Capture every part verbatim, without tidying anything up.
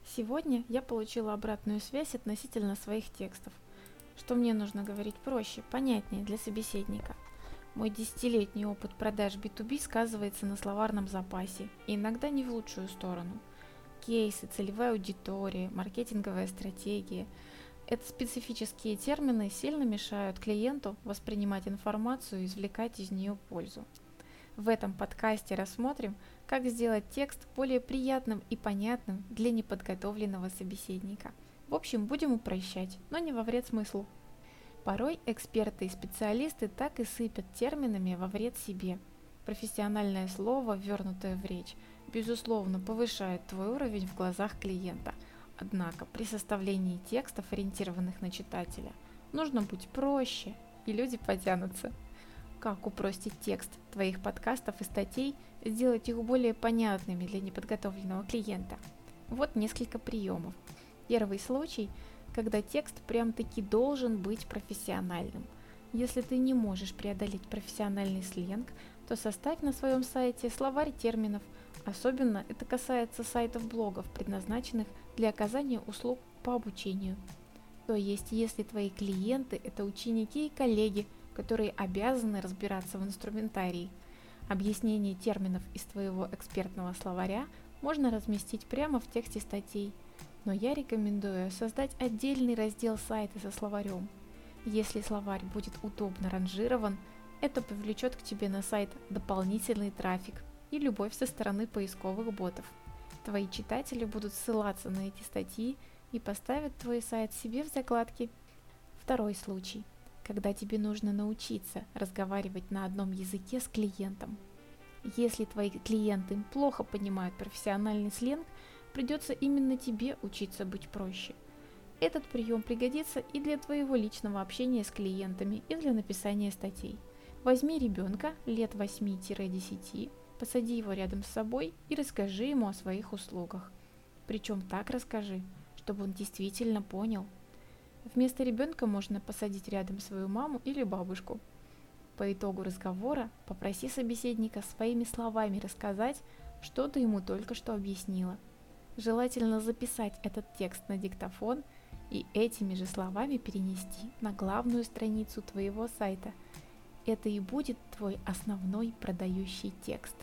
Сегодня я получила обратную связь относительно своих текстов, что мне нужно говорить проще, понятнее для собеседника. Мой десятилетний опыт продаж би ту би сказывается на словарном запасе, и иногда не в лучшую сторону. Кейсы, целевая аудитория, маркетинговая стратегия – это специфические термины сильно мешают клиенту воспринимать информацию и извлекать из нее пользу. В этом подкасте рассмотрим, как сделать текст более приятным и понятным для неподготовленного собеседника. В общем, будем упрощать, но не во вред смыслу. Порой эксперты и специалисты так и сыпят терминами во вред себе. Профессиональное слово, ввернутое в речь, безусловно, повышает твой уровень в глазах клиента. Однако при составлении текстов, ориентированных на читателя, нужно быть проще, и люди потянутся. Как упростить текст твоих подкастов и статей, сделать их более понятными для неподготовленного клиента? Вот несколько приемов. Первый случай, когда текст прям-таки должен быть профессиональным. Если ты не можешь преодолеть профессиональный сленг, то составь на своем сайте словарь терминов. Особенно это касается сайтов-блогов, предназначенных для оказания услуг по обучению. То есть, если твои клиенты – это ученики и коллеги, которые обязаны разбираться в инструментарии. Объяснение терминов из твоего экспертного словаря можно разместить прямо в тексте статей, но я рекомендую создать отдельный раздел сайта со словарем. Если словарь будет удобно ранжирован, это повлечет к тебе на сайт дополнительный трафик и любовь со стороны поисковых ботов. Твои читатели будут ссылаться на эти статьи и поставят твой сайт себе в закладки. Второй случай, когда тебе нужно научиться разговаривать на одном языке с клиентом. Если твои клиенты плохо понимают профессиональный сленг, придется именно тебе учиться быть проще. Этот прием пригодится и для твоего личного общения с клиентами, и для написания статей. Возьми ребенка лет восьми-десяти, посади его рядом с собой и расскажи ему о своих услугах. Причем так расскажи, чтобы он действительно понял. Вместо ребенка можно посадить рядом свою маму или бабушку. По итогу разговора попроси собеседника своими словами рассказать, что ты ему только что объяснила. Желательно записать этот текст на диктофон и этими же словами перенести на главную страницу твоего сайта. Это и будет твой основной продающий текст.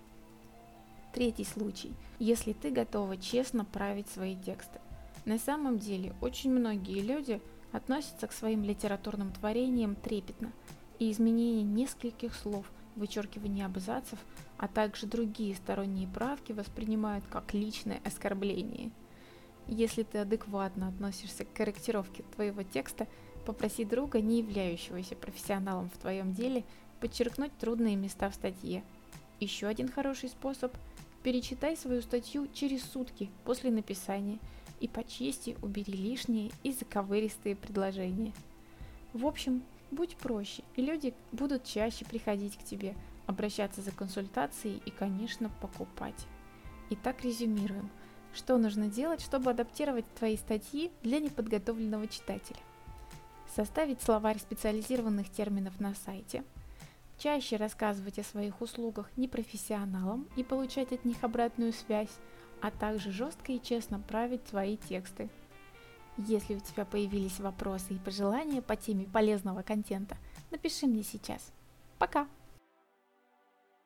Третий случай, если ты готова честно править свои тексты. На самом деле, очень многие люди относятся к своим литературным творениям трепетно, и изменение нескольких слов, вычеркивание абзацев, а также другие сторонние правки воспринимают как личное оскорбление. Если ты адекватно относишься к корректировке твоего текста, попроси друга, не являющегося профессионалом в твоем деле, подчеркнуть трудные места в статье. Еще один хороший способ – перечитай свою статью через сутки после написания и по чести убери лишние и заковыристые предложения. В общем, будь проще, и люди будут чаще приходить к тебе, обращаться за консультацией и, конечно, покупать. Итак, резюмируем. Что нужно делать, чтобы адаптировать твои статьи для неподготовленного читателя? Составить словарь специализированных терминов на сайте, чаще рассказывать о своих услугах непрофессионалам и получать от них обратную связь, а также жестко и честно править свои тексты. Если у тебя появились вопросы и пожелания по теме полезного контента, напиши мне сейчас. Пока!